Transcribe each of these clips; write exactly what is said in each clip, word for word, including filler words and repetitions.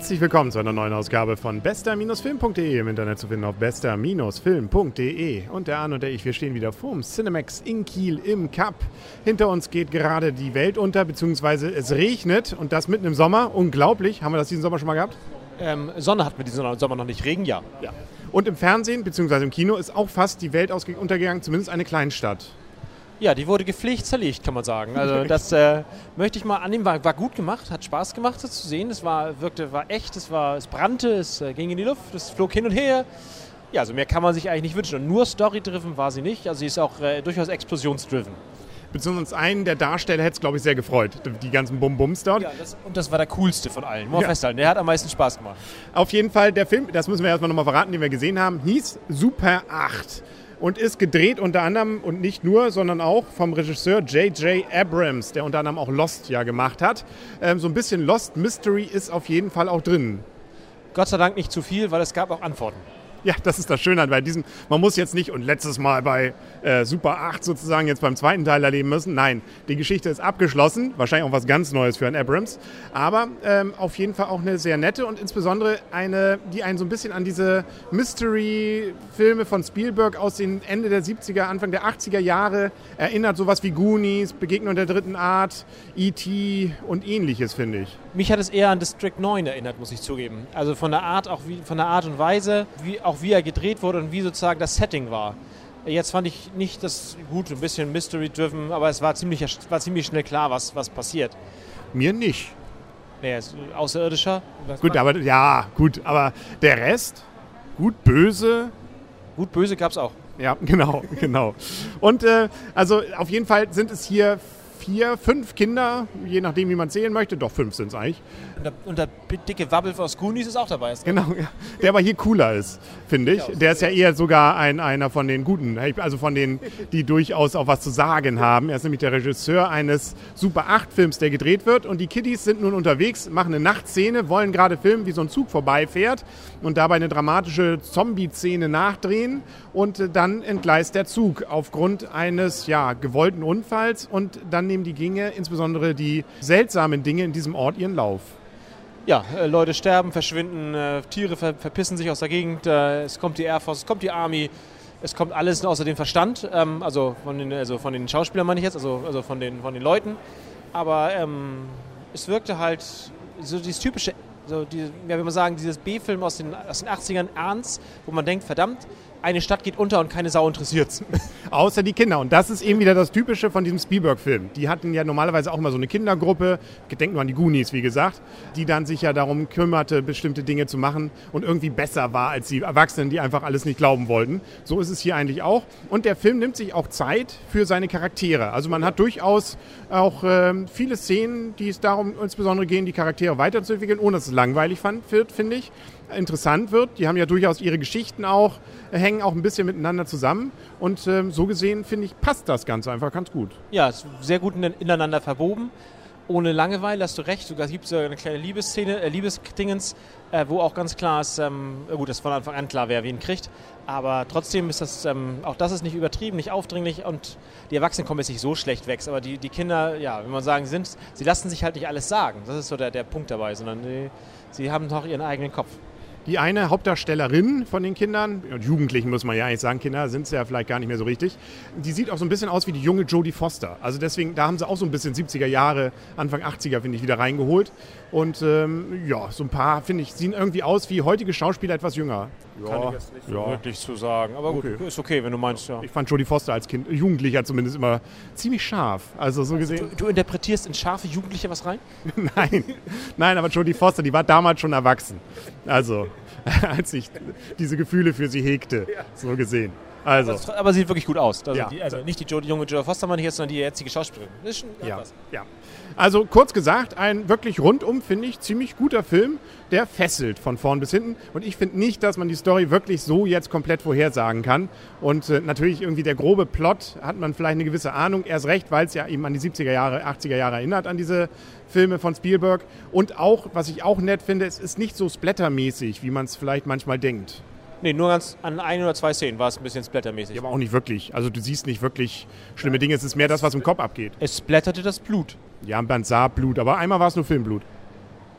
Herzlich willkommen zu einer neuen Ausgabe von bester Film punkt de, im Internet zu finden auf bester Film punkt de. Und der Arne und der ich, wir stehen wieder vorm Cinemax in Kiel im Cup. Hinter uns geht gerade die Welt unter, beziehungsweise es regnet und das mitten im Sommer. Unglaublich. Haben wir das diesen Sommer schon mal gehabt? Ähm, Sonne hatten wir diesen Sommer noch nicht, Regen ja. ja. Und im Fernsehen, beziehungsweise im Kino, ist auch fast die Welt ausge- untergegangen, zumindest eine Kleinstadt. Ja, die wurde gepflegt zerlegt, kann man sagen. Also das äh, möchte ich mal annehmen, war, war gut gemacht, hat Spaß gemacht, das zu sehen. Es war, wirkte, war echt, es, war, es brannte, es äh, ging in die Luft, es flog hin und her. Ja, also mehr kann man sich eigentlich nicht wünschen. Und nur Story-driven war sie nicht, also sie ist auch äh, durchaus explosionsdriven. Beziehungsweise einen der Darsteller hätte es, glaube ich, sehr gefreut, die ganzen Bum-Bums dort. Ja, das, und das war der coolste von allen, muss man ja. festhalten. Der hat am meisten Spaß gemacht. Auf jeden Fall, der Film, das müssen wir erstmal nochmal verraten, den wir gesehen haben, hieß Super acht. Und ist gedreht unter anderem und nicht nur, sondern auch vom Regisseur J J Abrams, der unter anderem auch Lost ja gemacht hat. Ähm, so ein bisschen Lost Mystery ist auf jeden Fall auch drin. Gott sei Dank nicht zu viel, weil es gab auch Antworten. Ja, das ist das Schöne an bei diesem. Man muss jetzt nicht und letztes Mal bei äh, Super acht sozusagen jetzt beim zweiten Teil erleben müssen. Nein, die Geschichte ist abgeschlossen. Wahrscheinlich auch was ganz Neues für einen Abrams. Aber ähm, auf jeden Fall auch eine sehr nette und insbesondere eine, die einen so ein bisschen an diese Mystery-Filme von Spielberg aus den Ende der siebziger, Anfang der achtziger Jahre erinnert. Sowas wie Goonies, Begegnung der dritten Art, E T und ähnliches, finde ich. Mich hat es eher an District neun erinnert, muss ich zugeben. Also von der Art, auch wie, von der Art und Weise, wie auch wie er gedreht wurde und wie sozusagen das Setting war. Jetzt fand ich nicht das gut, ein bisschen Mystery-driven, aber es war ziemlich, war ziemlich schnell klar, was, was passiert. Mir nicht. Naja, Außerirdischer. Gut, aber ja, gut, aber der Rest, gut, böse. Gut, böse gab es auch. Ja, genau, genau. Und äh, also auf jeden Fall sind es hier vier, fünf Kinder, je nachdem, wie man zählen möchte. Doch, fünf sind es eigentlich. Und der, und der dicke Wabbel aus Goonies ist auch dabei. Ist genau, ja. Der aber hier cooler ist, finde ich. Der ist ja eher sogar ein, einer von den Guten, also von denen, die durchaus auch was zu sagen haben. Er ist nämlich der Regisseur eines Super acht Films, der gedreht wird. Und die Kiddies sind nun unterwegs, machen eine Nachtszene, wollen gerade filmen, wie so ein Zug vorbeifährt und dabei eine dramatische Zombie-Szene nachdrehen. Und dann entgleist der Zug aufgrund eines ja, gewollten Unfalls und dann nehmen die Dinge, insbesondere die seltsamen Dinge in diesem Ort, ihren Lauf. Ja, äh, Leute sterben, verschwinden, äh, Tiere ver- verpissen sich aus der Gegend, äh, es kommt die Air Force, es kommt die Army, es kommt alles außer dem Verstand, ähm, also, von den, also von den Schauspielern meine ich jetzt, also, also von, den, von den Leuten. Aber ähm, es wirkte halt so dieses typische, so die, ja, wie man sagen, dieses B-Film aus den, aus den achtzigern ernst, wo man denkt, verdammt, eine Stadt geht unter und keine Sau interessiert's. Außer die Kinder. Und das ist eben wieder das Typische von diesem Spielberg-Film. Die hatten ja normalerweise auch immer so eine Kindergruppe, denkt nur an die Goonies, wie gesagt, die dann sich ja darum kümmerte, bestimmte Dinge zu machen und irgendwie besser war als die Erwachsenen, die einfach alles nicht glauben wollten. So ist es hier eigentlich auch. Und der Film nimmt sich auch Zeit für seine Charaktere. Also man hat durchaus auch äh, viele Szenen, die es darum insbesondere gehen, die Charaktere weiterzuentwickeln, ohne dass es langweilig fand, wird, finde ich. Interessant wird. Die haben ja durchaus ihre Geschichten auch, hängen auch ein bisschen miteinander zusammen. Und ähm, so gesehen, finde ich, passt das Ganze einfach ganz gut. Ja, es ist sehr gut ineinander verwoben. Ohne Langeweile, hast du recht. Sogar gibt es eine kleine Liebesszene, äh, Liebesdingens, äh, wo auch ganz klar ist, ähm, gut, das ist von Anfang an klar, wer wen kriegt. Aber trotzdem ist das, ähm, auch das ist nicht übertrieben, nicht aufdringlich und die Erwachsenen kommen jetzt nicht so schlecht weg. Aber die, die Kinder, ja, wenn man sagen, sind, sie lassen sich halt nicht alles sagen. Das ist so der, der Punkt dabei, sondern die, sie haben noch ihren eigenen Kopf. Die eine Hauptdarstellerin von den Kindern, und Jugendlichen muss man ja eigentlich sagen, Kinder sind es ja vielleicht gar nicht mehr so richtig, die sieht auch so ein bisschen aus wie die junge Jodie Foster. Also deswegen, da haben sie auch so ein bisschen siebziger Jahre, Anfang achtziger, finde ich, wieder reingeholt. Und ähm, ja, so ein paar, finde ich, sehen irgendwie aus wie heutige Schauspieler etwas jünger. Ja, kann ich jetzt nicht so ja. wirklich zu sagen, aber gut, okay. Ist okay, wenn du meinst, ja. Ich fand Jodie Foster als Kind, Jugendlicher zumindest immer ziemlich scharf. Also so gesehen. Du, du interpretierst in scharfe Jugendliche was rein? Nein, nein, aber Jodie Foster, die war damals schon erwachsen. Also, als ich diese Gefühle für sie hegte, so gesehen. Also. Aber, aber sieht wirklich gut aus. Also, ja. die, also nicht die, jo- die junge Jodie Foster, meine ich jetzt, sondern die jetzige Schauspielerin. Das ist schon ja, was. ja. Also kurz gesagt, ein wirklich rundum, finde ich, ziemlich guter Film, der fesselt von vorn bis hinten. Und ich finde nicht, dass man die Story wirklich so jetzt komplett vorhersagen kann. Und äh, natürlich irgendwie der grobe Plot hat man vielleicht eine gewisse Ahnung. Erst recht, weil es ja eben an die siebziger Jahre, achtziger Jahre erinnert, an diese Filme von Spielberg. Und auch, was ich auch nett finde, es ist nicht so splattermäßig, wie man es vielleicht manchmal denkt. Nee, nur ganz an ein oder zwei Szenen war es ein bisschen splattermäßig. Ja, aber auch nicht wirklich. Also du siehst nicht wirklich schlimme Dinge. Es ist mehr das, was im Kopf abgeht. Es splatterte das Blut. Ja, man sah Blut, aber einmal war es nur Filmblut.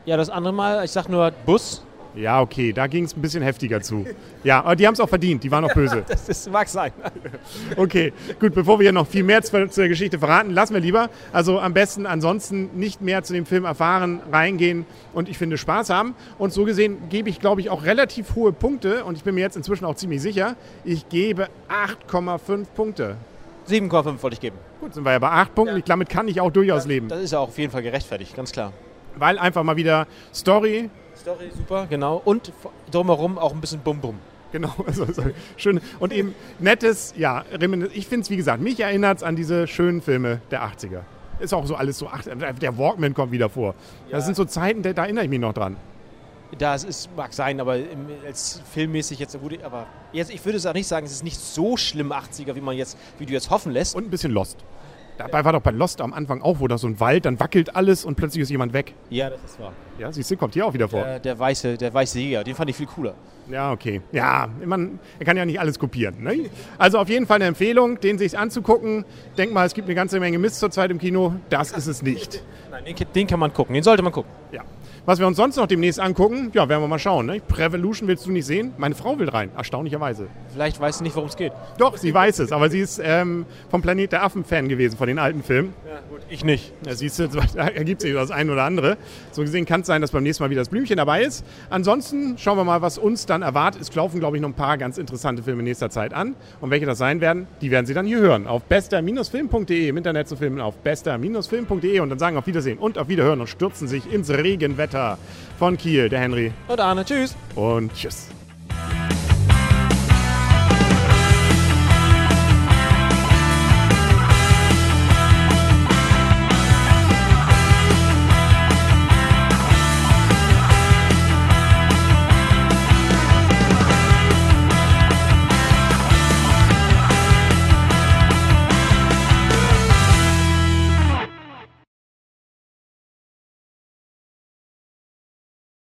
Ja, das andere Mal, ich sag nur Bus. Ja, okay, da ging es ein bisschen heftiger zu. Ja, aber die haben es auch verdient, die waren auch böse. Das, das mag sein. Okay, gut, bevor wir hier noch viel mehr zu, zur Geschichte verraten, lassen wir lieber. Also am besten ansonsten nicht mehr zu dem Film erfahren, reingehen und ich finde Spaß haben. Und so gesehen gebe ich, glaube ich, auch relativ hohe Punkte und ich bin mir jetzt inzwischen auch ziemlich sicher, ich gebe acht Komma fünf Punkte. sieben Komma fünf wollte ich geben. Gut, sind wir ja bei acht Punkten, Ja. Ich, damit kann ich auch durchaus leben. Das ist ja auch auf jeden Fall gerechtfertigt, ganz klar. Weil einfach mal wieder Story, Story super, genau. Und drumherum auch ein bisschen Bum-Bum. genau, also, so schön und eben nettes, ja, ich finde es, wie gesagt, mich erinnert es an diese schönen Filme der achtziger. Ist auch so alles so, ach, der Walkman kommt wieder vor. Ja. Das sind so Zeiten, da, da erinnere ich mich noch dran. Das ist, mag sein, aber im, als filmmäßig jetzt gut, aber jetzt, ich würde es auch nicht sagen, es ist nicht so schlimm achtziger, wie man jetzt, wie du jetzt hoffen lässt. Und ein bisschen Lost. Dabei war doch bei Lost am Anfang auch, wo da so ein Wald, dann wackelt alles und plötzlich ist jemand weg. Ja, das ist wahr. Ja, siehst du, kommt hier auch wieder vor. Der, der weiße, der weiße Jäger, den fand ich viel cooler. Ja, okay. Ja, man, er kann ja nicht alles kopieren. Ne? Also auf jeden Fall eine Empfehlung, den sich anzugucken. Denk mal, es gibt eine ganze Menge Mist zurzeit im Kino. Das ist es nicht. Nein, den, den kann man gucken, den sollte man gucken. Ja. Was wir uns sonst noch demnächst angucken, ja, werden wir mal schauen. Ne? Prevolution willst du nicht sehen? Meine Frau will rein, erstaunlicherweise. Vielleicht weiß sie nicht, worum es geht. Doch, sie weiß es, aber sie ist ähm, vom Planet der Affen-Fan gewesen, von den alten Filmen. Ja, gut. Ich nicht. Da siehst du, da ergibt sich das ein oder andere. So gesehen kann es sein, dass beim nächsten Mal wieder das Blümchen dabei ist. Ansonsten schauen wir mal, was uns dann erwartet. Es laufen, glaube ich, noch ein paar ganz interessante Filme in nächster Zeit an. Und welche das sein werden, die werden Sie dann hier hören. Auf bester Film punkt de, im Internet zu filmen, auf bester Film punkt de und dann sagen auf Wiedersehen und auf Wiederhören und stürzen sich ins Regenwetter von Kiel. Der Henry. Und Arne, tschüss. Und tschüss.